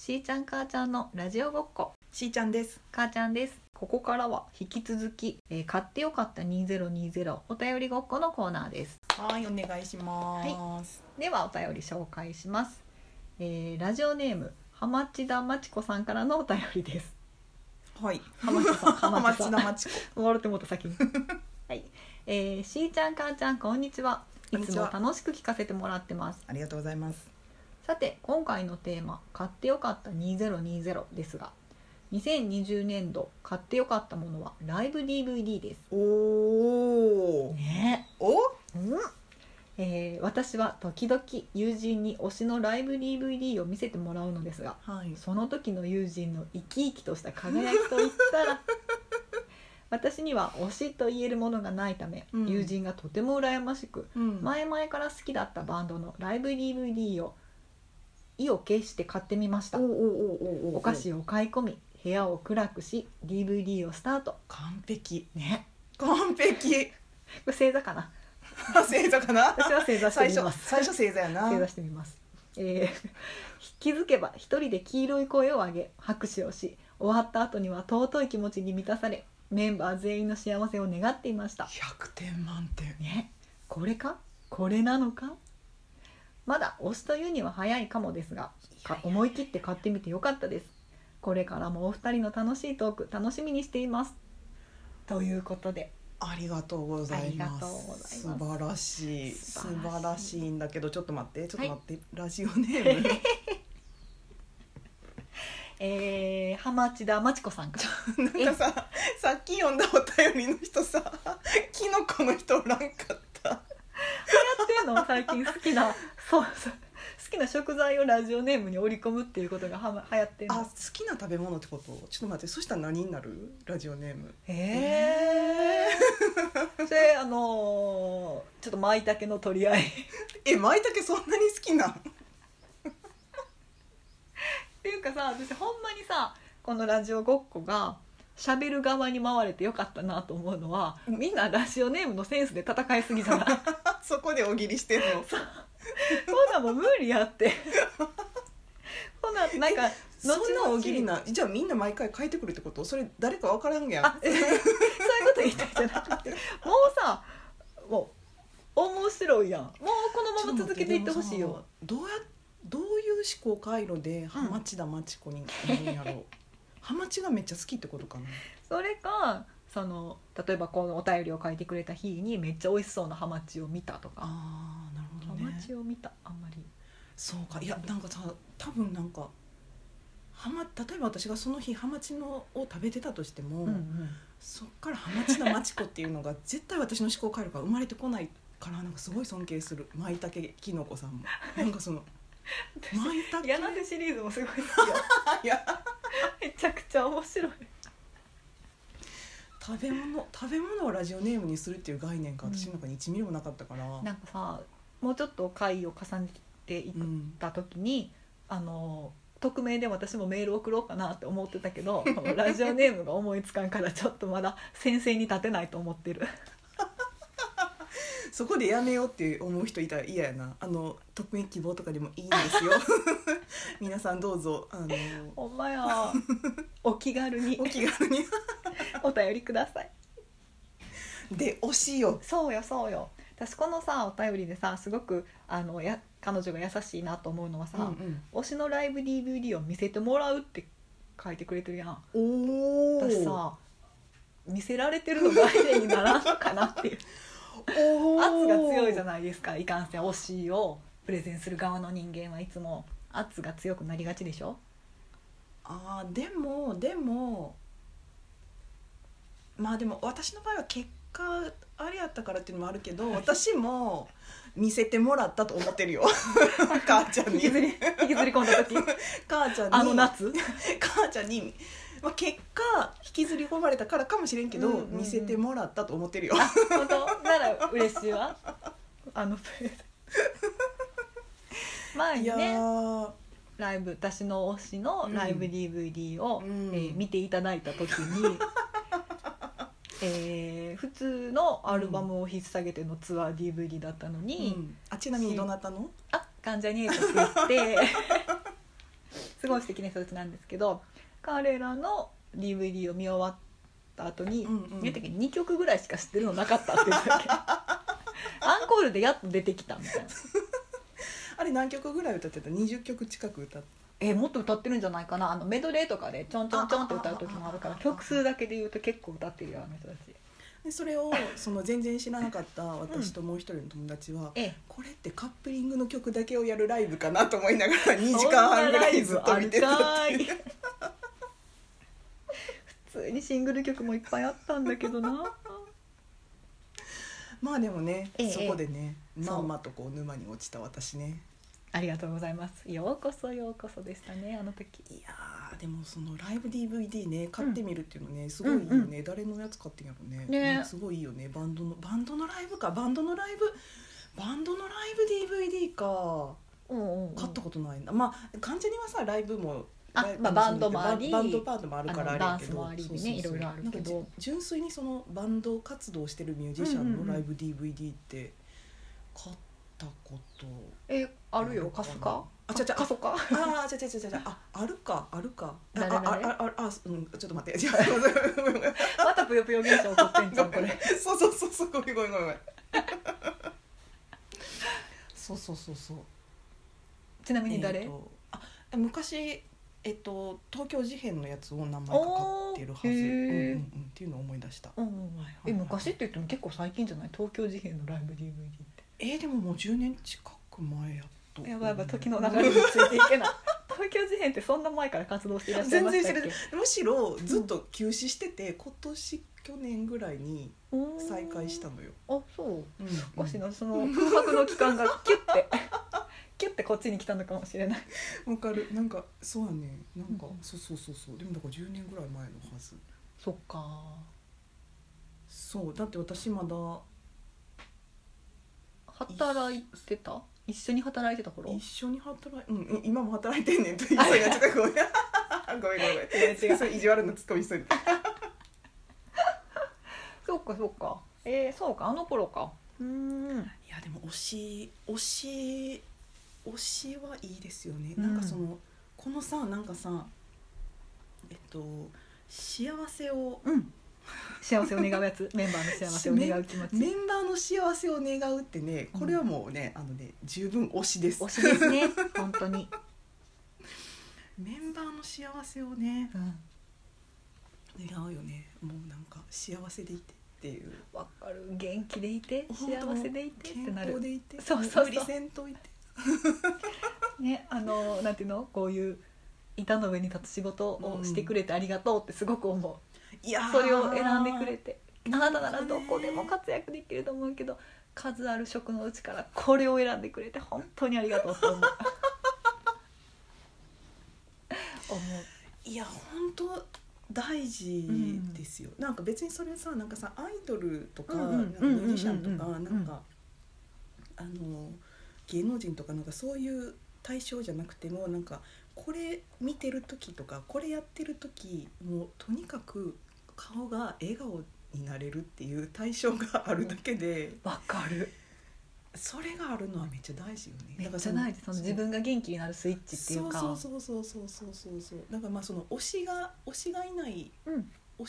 しーちゃん母ちゃんのラジオごっこ。 しーちゃんです。 母ちゃんです。ここからは引き続き、買ってよかった2020お便りごっこのコーナーです。 はい、お願いします。 ではお便り紹介します。ラジオネーム浜地田まちこさんからのお便りです。 はい。 浜地さん、 浜地田まちこ。 笑ってもった先に。はい。しーちゃん母ちゃんこんにちは。いつも楽しく聞かせてもらってます。 ありがとうございます。 さて今回のテーマ買ってよかった2020ですが、2020年度買ってよかったものはライブ DVD です。 おーねえ、私は時々友人に推しのライブ DVD を見せてもらうのですが、 はい、 その時の友人の生き生きとした輝きといったら私には推しと言えるものがないため、友人がとても羨ましく、前々から好きだったバンドのライブ DVD を意を決して買ってみました。お菓子を買い込み、部屋を暗くし DVD をスタート。 完璧ね、 完璧。 これ正座かな正座かな。 私は正座してみます。 最初正座やな。 正座してみます。気づけば一人で黄色い声を上げ拍手をし、終わった後には尊い気持ちに満たされ、メンバー全員の幸せを願っていました。 100点満点ね、これかこれなのか。まだ推しというには早いかもですが、思い切って買ってみてよかったです。これからもお二人の楽しいトーク楽しみにしています、ということで。 ありがとうございます。素晴らしい素晴らしいんだけど、ちょっと待って、はい、ラジオネーム浜地田まちこさんかなんかさっき読んだお便りの人さ、キノコの人おらんかった。 流行ってんの最近好きな食材をラジオネームに織り込むっていうことが流行ってんの。 好きな食べ物ってこと。ちょっと待って、そしたら何になるラジオネーム。 それちょっと舞茸の取り合い舞茸そんなに好きなんっていうかさ、私ほんまにさ、このラジオごっこが喋る側に回れてよかったなと思うのは、みんなラジオネームのセンスで戦いすぎじゃないそこで大喜利してんの。 そんなもん無理やってほな、なんかそんな大喜利な。じゃあみんな毎回書いてくるってこと。それ誰か分からんやん。 そういうこと言いたいじゃなくて、もうさ、もう面白いやん。もうこのまま続けていってほしいよ。 どういう思考回路で浜地田まちこになるんやろう浜地がめっちゃ好きってことかな。 それか、例えばこのお便りを書いてくれた日にめっちゃ美味しそうなハマチを見たとか。 なるほどね。 ハマチを見た、あんまり。 そうか。いや、なんかさ、多分なんか例えば私がその日ハマチを食べてたとしても、そっからハマチ田まちこっていうのが絶対私の思考回路が生まれてこないから、なんかすごい尊敬する。舞茸きのこさんもなんかその舞茸柳手シリーズもすごい好きやめちゃくちゃ面白い。 食べ物をラジオネームにするっていう概念が私の中に1ミリもなかったから、 なんかさ、もうちょっと回を重ねていった時に、匿名で私もメール送ろうかなって思ってたけどラジオネームが思いつかんからちょっとまだ先生に立てないと思ってるそこでやめようって思う人いたら嫌やな。匿名希望とかでもいいんですよ皆さんどうぞほんまやお気軽にお便りください。 で推しよ。 そうよ。私このさお便りでさ、すごく彼女が優しいなと思うのはさ、推しのライブ DVD を見せてもらうって書いてくれてるやん。私さ、見せられてるの概念にならんのかなっていう圧が強いじゃないですか。いかんせん推しをプレゼンする側の人間はいつも圧が強くなりがちでしょ。 でもまあでも私の場合は結果あれやったからっていうのもあるけど、私も見せてもらったと思ってるよ母ちゃんに引きずり込んだ時母ちゃんに夏母ちゃんに、結果引きずり込まれたからかもしれんけど、見せてもらったと思ってるよ。 本当なら嬉しいわ前にね、ライブ、私の推しのライブ DVD を、見ていただいた時に、普通のアルバムを引っ提げてのツアー DVD だったのに、 ちなみにどなたの？ 関ジャニ∞って言ってすごい素敵な人たちなんですけど、彼らの DVD を見終わった後に、言ったっけ2曲ぐらいしか知ってるのなかったって言ったっけアンコールでやっと出てきたみたいなあれ何曲ぐらい歌ってた？20曲近く歌って、 もっと歌ってるんじゃないかな。メドレーとかでちょんちょんちょんって歌う時もあるから、曲数だけで言うと結構歌ってるよあの人たちでそれを全然知らなかった私ともう一人の友達は、これってカップリングの曲だけをやるライブかなと思いながら2時間半ぐらいずっと見てたっていう普通にシングル曲もいっぱいあったんだけどなまあでもね、そこでねまんまとこう沼に落ちた私ね。 ありがとうございます。ようこそようこそでしたね、あの時。 いやでもそのライブ DVD ね買ってみるっていうのね、すごいいいよね、誰のやつ買ってんやろね。ね、すごいいいよね。バンドのライブか、バンドのライブ DVD か、買ったことないんだ。まあ関ジャニはさライブもバンドもあり、 バンドパートもあるからあれやけど、 ダンスもありでね、いろいろあるけど、 純粋にそのバンド活動してるミュージシャンのライブ DVD って買ったことあるよ。貸すか？貸そうか？ あるか。 誰ちょっと待ってまたぷよぷよ現象起こってんじゃんこれそうごめんそうちなみに誰？ 昔東京事変のやつを何枚か買ってるはず、っていうのを思い出した。 昔って言っても結構最近じゃない？東京事変のライブ DVD ってでももう10年近く前やと。 やばい時の流れについていけない東京事変ってそんな前から活動していらっしゃいましたっけ？ 全然知れて、むしろずっと休止してて、去年ぐらいに再開したのよ。 そう、おかしいな、その空白の期間がキュッてこっちに来たのかもしれない。 わかる。なんかそうやね、なんか、そうでもだから10年ぐらい前のはず。 そっか。 そうだって私まだ働いてた？一緒に働いてた頃？ 一緒に今も働いてんねんと言いそうになっちゃったごめん違う意地悪なツッコミしそうにそうかそうか、あの頃か。 いやでも推しはいいですよね。なんかこのさ、なんかさ幸せを願うやつメンバーの幸せを願う気持ち、 メンバーの幸せを願うってね、これはもうね、十分推しです。 推しですね本当にメンバーの幸せをね、願うよね。もうなんか幸せでいてっていう。 わかる。元気でいて、幸せでいてってなる。 健康でいて、 そう無理せんといてね、なんていうの、こういう板の上に立つ仕事をしてくれてありがとうってすごく思う。それを選んでくれて、あなたならどこでも活躍できると思うけど、数ある職のうちからこれを選んでくれて本当にありがとうと思ういや本当大事ですよ。なんか別にそれさ、なんかさ、アイドルとか、なんかミュージシャンとか、なんか芸能人とか、なんかそういう対象じゃなくても、なんかこれ見てる時とかこれやってる時、もうとにかく顔が笑顔になれるっていう対象があるだけで、 わかる。 それがあるのはめっちゃ大事よね。 めっちゃ大事。その自分が元気になるスイッチっていうか、 そうなんかまあその推しがいない、推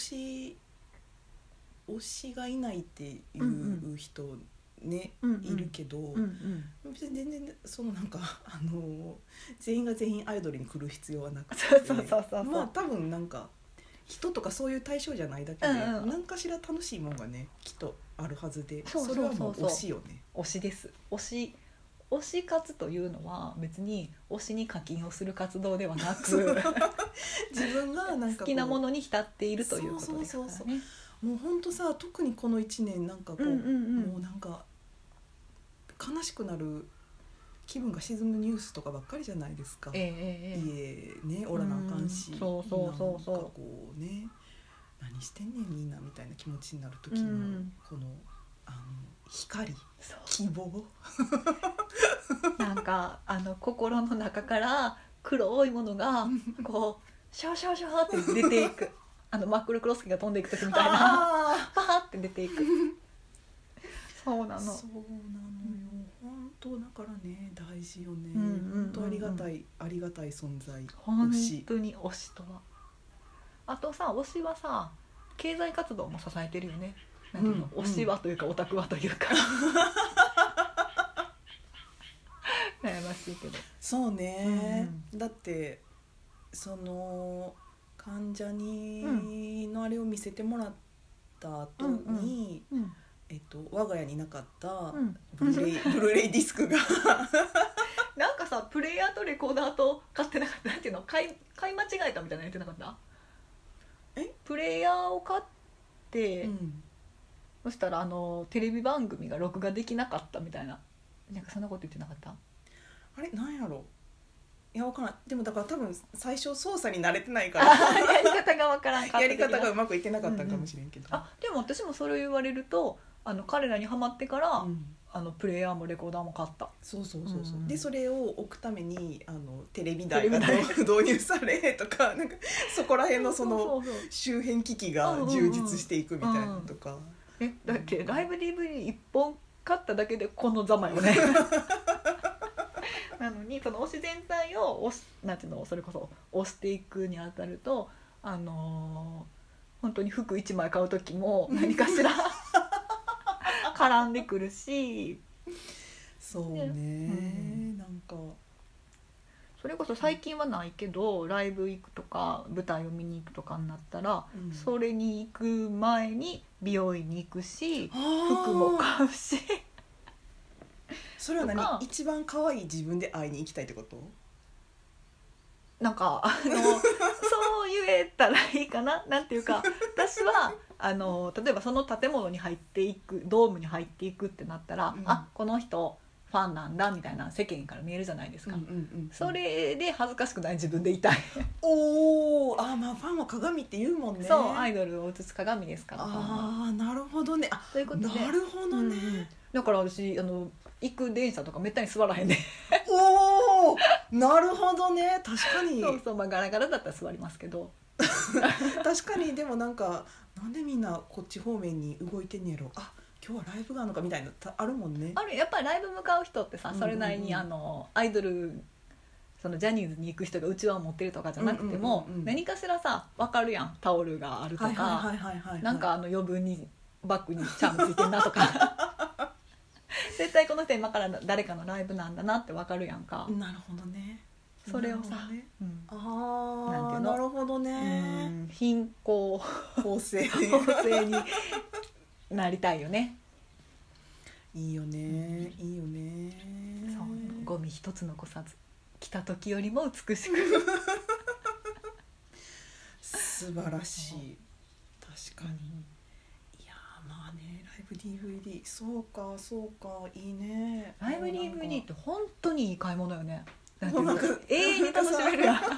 しがいないっていう人ね、いるけど、別に全然そのなんか全員が全員アイドルに来る必要はなくて、まあ多分なんか人とかそういう対象じゃないだけで、何かしら楽しいもんがねきっとあるはずで、それはもう推しよね。 推しです。推し活というのは別に推しに課金をする活動ではなく自分がなんか好きなものに浸っているということですからね。 もうほんとさ、特にこの1年なんかこう、もうなんか悲しくなる気分が沈むニュースとかばっかりじゃないですか。家ねおらなあかんし、なんかこうね、何してんねんみんなみたいな気持ちになる時のこの光、希望なんか心の中から黒いものがこうシャーシャーシャーって出ていくマックルクロスケが飛んでいく時みたいなパーって出ていくそうなのよ。 本当当だからね大事よね、 うんうんうんうん、 本当ありがたいありがたい存在本当に推しとは。あとさ推しはさ経済活動も支えてるよね。なんていうの、推しはというかオタクはというか悩ましいけど。 そうね、だってその関ジャニのあれを見せてもらった後に、我が家になかったブルーレイディスクがなんかさプレイヤーとレコーダーと買ってなかった、なんていうの、買い間違えたみたいなの言ってなかった？プレイヤーを買って、そしたらテレビ番組が録画できなかったみたいな、なんかそんなこと言ってなかった？ あれなんやろ、いや分からん。でもだから多分最初操作に慣れてないからやり方が分からんかったやり方がうまくいってなかったかもしれんけど、 でも私もそれを言われると彼らにハマってから、プレイヤーもレコーダーも買った。 そう、でそれを置くためにテレビ台が導入されとか、なんかそこら辺のその周辺機器が充実していくみたいなとか、 だってライブ DVD1 本買っただけでこのざまよねなのにその推し全体をなんていうの、それこそ推していくにあたると本当に服1枚買う時も何かしら絡んでくるし、 そうね、なんかそれこそ最近はないけどライブ行くとか舞台を見に行くとかになったら、それに行く前に美容院に行くし服も買うしそれは何、一番可愛い自分で会いに行きたいってこと？ なんかそう言えたらいいかな、なんていうか私は例えばその建物に入っていく、ドームに入っていくってなったら、あ、この人ファンなんだみたいな世間から見えるじゃないですか、それで恥ずかしくない自分でいたいおー、まあファンは鏡って言うもんね。 そう、アイドルを映す鏡ですから。 なるほどね。 そういうことで、 なるほどね、 だから私行く電車とかめったに座らへんねおお、なるほどね、確かにそう、ガラガラだったら座りますけど確かに。でもなんかなんでみんなこっち方面に動いてんやろ、今日はライブがあるのかみたいなあるもんね。 やっぱりライブ向かう人ってさ、それなりにアイドル、そのジャニーズに行く人がうちわを持ってるとかじゃなくても、何かしらさ分かるやん、タオルがあるとか、なんか余分にバッグにチャームついてんなとか絶対この人今から誰かのライブなんだなって分かるやんか。 なるほどね。 それをさ、なんていうの、 なるほどね、 貧困法制になりたいよね。 いいよね、いいよね。 そう、ゴミ一つ残さず来た時よりも美しく素晴らしい。確かに、いやまあね、ライブ DVD、そうかいいね。 ライブ DVD って本当にいい買い物よね。なんか永遠に楽しめるやんほ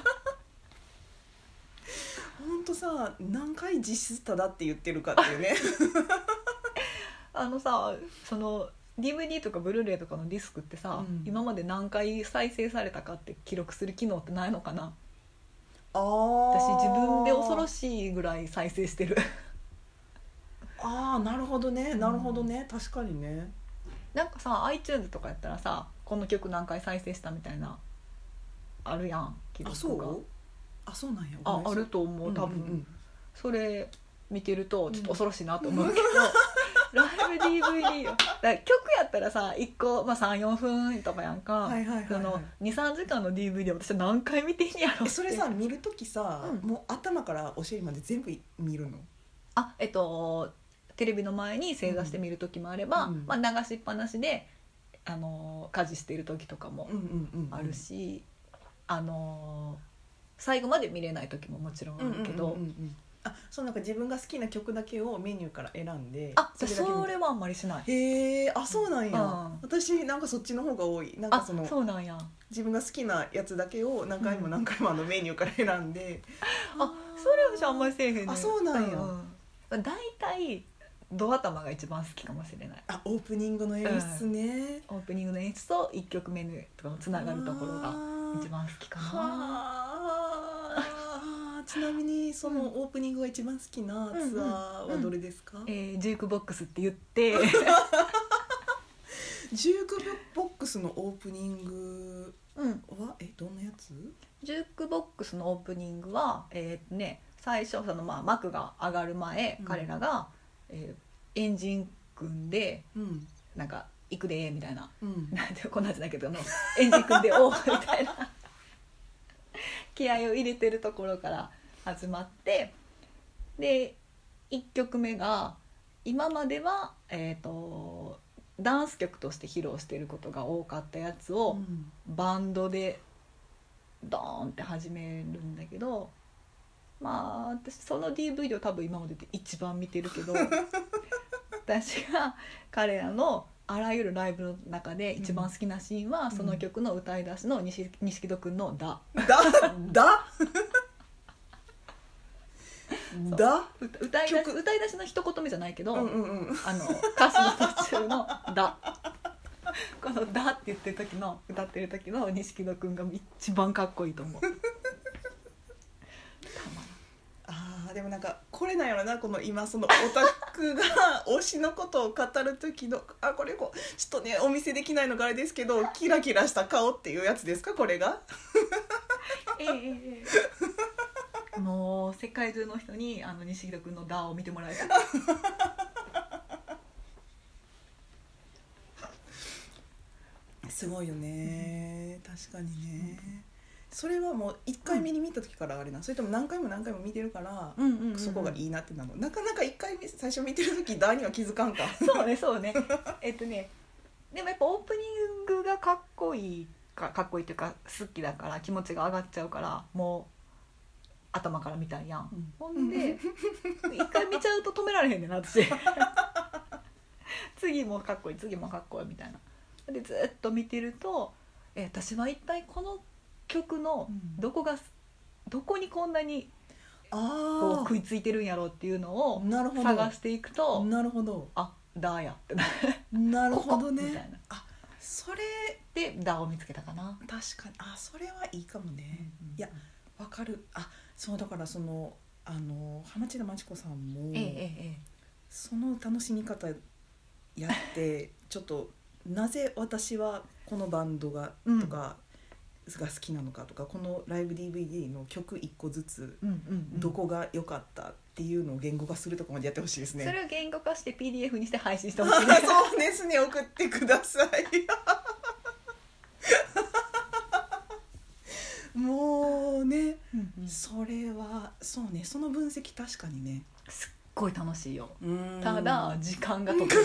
んとさ、何回実質タダって言ってるかっていうねさ、その DVD とかブルーレイとかのディスクってさ、今まで何回再生されたかって記録する機能ってないのかな。私自分で恐ろしいぐらい再生してるなるほどね、なるほどね、確かにね。 なんかさ iTunes とかやったらさ、この曲何回再生したみたいなあるやん、記録が。 そうなんや。 あると思う、多分、それ見てるとちょっと恐ろしいなと思うけど、ライブ DVD よ。だから曲やったらさ1個、3,4 分とかやんか、2,3 時間の DVD を私は何回見てんやろって。 それさ見るときさ、もう頭からお尻まで全部見るの？ テレビの前に正座して見る時もあれば、流しっぱなしで家事している時とかもあるし、最後まで見れない時ももちろんあるけど、 そう、なんか自分が好きな曲だけをメニューから選んで、 それはあんまりしない。 へえ、そうなんや、私なんかそっちの方が多い。なんかそうなんや、 自分が好きなやつだけを何回も何回もメニューから選んで、 それ私あんまりせえへんね。 そうなんや、 だいたいドア玉が一番好きかもしれない。 オープニングの演出ね、 オープニングの演出と1曲目とかのつながるところが一番好きかな。 ちなみにそのオープニングが一番好きなツアーはどれですか？ ジュークボックスって言ってジュークボックスのオープニングは、どんなやつ？ ジュークボックスのオープニングは最初幕が上がる前、彼らが、エンジン組んで、なんか行くでみたいな、なんてこんなんじゃないけどエンジン組んでおーみたいな気合を入れてるところから始まって、で1曲目が今まではダンス曲として披露していることが多かったやつを、バンドでドーンって始めるんだけど、私その DVD を多分今までで一番見てるけど私が彼らのあらゆるライブの中で一番好きなシーンは、その曲の歌い出しの錦戸くんのだ歌い出しの一言目じゃないけど、歌詞の途中のだこのだって言ってる時の歌ってる時の錦戸くんが一番かっこいいと思う。 でもなんかこれなんやろな、この今そのオタクが推しのことを語る時のこれちょっとねお見せできないのがあれですけど、キラキラした顔っていうやつですか、これがもう世界中の人に錦戸くんのダーを見てもらいたいすごいよね、確かにね、それはもう1回目に見た時からあれな、それとも何回も見てるから、そこがいいなってなるの？なかなか1回目最初見てる時ダーには気づかんかそうねでもやっぱオープニングがかっこいいっていうか好きだから気持ちが上がっちゃうから、もう頭から見たんやん、ほんで一回見ちゃうと止められへんねんな私次もかっこいいみたいなでずっと見てると、私は一体この曲のどこにこんなにこう食いついてるんやろうっていうのを探していくと、 なるほど、 ダーやってなるほどね、 みたいな、 それでダーを見つけたかな。 確かにそれはいいかもね、いやわかる。そうだからその浜地田真知子さんも、その楽しみ方やってちょっとなぜ私はこのバンドがとかが好きなのかとか、このライブ DVD の曲1個ずつどこが良かったっていうのを言語化するとかまでやってほしいですね。 それを言語化して PDF にして配信してほしいねそうですね、送ってくださいもうね、それはそうね、その分析確かにねすっごい楽しいよ。ただ時間が解ける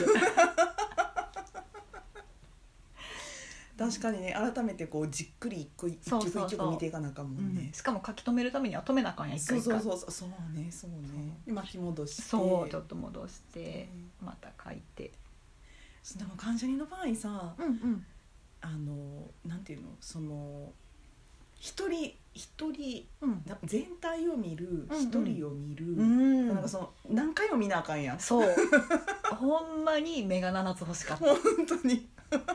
確かにね、改めてこうじっくり一曲一曲見ていかなあかんもんね、 しかも書き留めるためには止めなあかんやん、一回一回。 そうねで巻き戻して、 ちょっと戻してまた書いて。 でも関ジャニの場合さ、なんていうの、その一人全体を見る、一人を見る、なんかその何回も見なあかんやん。 そうほんまに目が7つ欲しかった本当に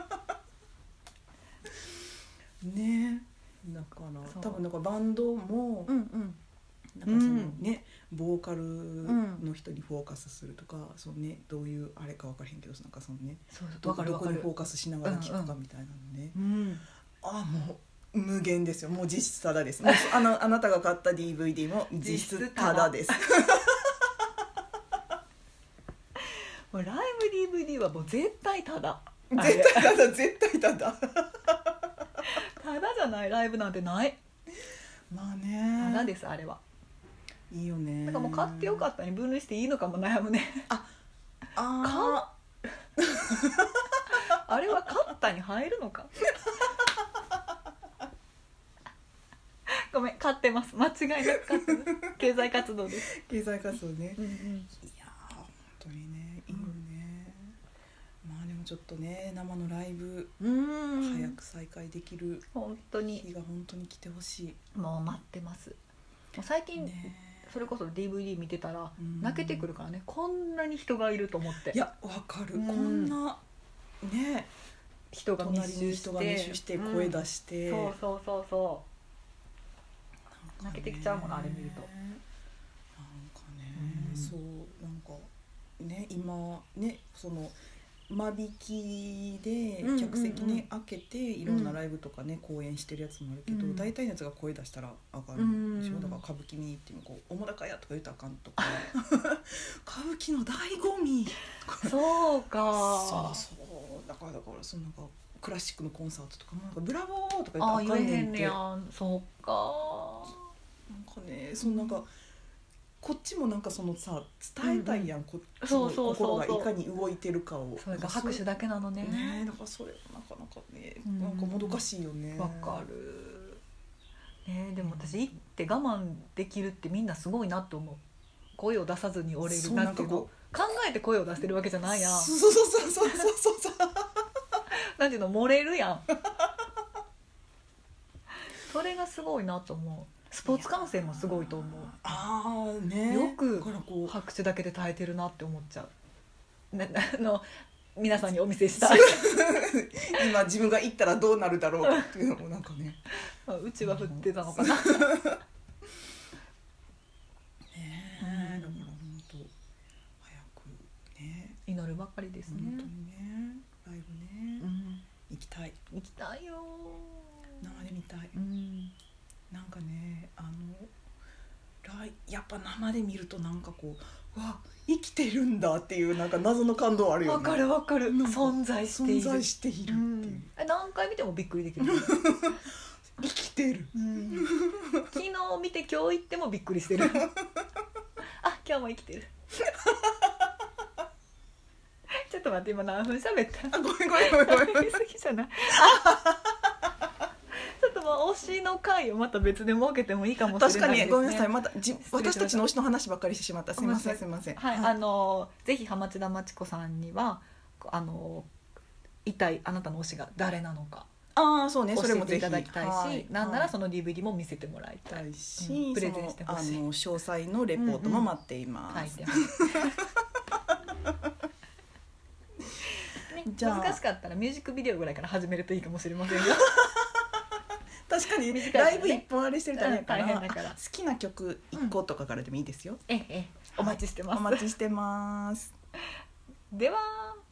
ね、だから多分なんかバンドも、なんかそのね、ボーカルの人にフォーカスするとか、そのね、どういうあれか分からへんけど、なんかそのね、どこにフォーカスしながら聴くかみたいなのね、もう無限ですよ。もう実質タダです。もうあなたが買った DVD も実質タダですもうライブ DVD はもう絶対タダ、 絶対タダタダじゃないライブなんてない。 まあね、 タダです。あれはいいよね。 なんかもう買ってよかったに分類していいのかも悩むねあれは買ったに入るのかごめん、買ってます。間違いなく買ってます。経済活動です。 経済活動ね、 いや本当にね、いいよね、まあでもちょっとね、生のライブ早く再開できる本当に日が本当に来てほしい。 もう待ってます。もう最近、それこそ DVD 見てたら泣けてくるからね、こんなに人がいると思って。 いやわかる、こんなね、 人が密集して声出して、 そう泣けてきちゃうもの、あれ見ると。 なんかね、そうなんかね、今ね、その間引きで客席ね、開けていろんなライブとかね、公演してるやつもあるけど、大体のやつが声出したらあかんでしょ、だから歌舞伎見に行ってもこう「おもだかや」とか言うたらあかんとか歌舞伎の醍醐味そうか。 そうだからそのなんかクラシックのコンサートとかもなんかブラボーとか言ったらあかんねんって。 やん。そうか。 なんかね、そのなんかこっちもなんかそのさ伝えたいやん、 そう心がいかに動いてるかを。 それが拍手だけなのね。 ね、だからそれなかなかね、なんかもどかしいよね。 わかる。ね、でも私行って我慢できるってみんなすごいなと思う。声を出さずに折れるなっていうのを考えて声を出してるわけじゃないやん。 そうなんていうの、漏れるやん。それがすごいなと思う。スポーツ観戦もすごいと思う。 ああね、 よく拍手だけで耐えてるなって思っちゃう。皆さんにお見せしたい今自分が行ったらどうなるだろうかっていうのもなんかねうちは振ってたのかなねえ、だから本当早くね、 祈るばかりですね。 本当にね、ライブね、行きたいよ、 生で見たい、なんかね、やっぱ生で見るとなんかこう、わ、生きてるんだっていうなんか謎の感動あるよね。 わかる。存在しているっていう、何回見てもびっくりできる生きてる、 昨日見て今日行ってもびっくりしてるあ、今日も生きてるちょっと待って、今何分喋った？ ごめん言い過ぎじゃないちょっと推しの回をまた別で設けてもいいかもしれないですね。 確かに、ごめんなさい、また私たちの推しの話ばっかりしてしまった。すいません。 はい、ぜひ浜地田真知子さんには一体あなたの推しが誰なのかそうね、それもぜひ教えていただきたいし、なんならその DVD も見せてもらいたいし、プレゼンしてほしい。 詳細のレポートも待っています。 難しかったらミュージックビデオぐらいから始めるといいかもしれませんよ確かにライブ一本あれしてると大変だから、 好きな曲1個とかからでもいいですよ。 お待ちしてます。 お待ちしてます。 では。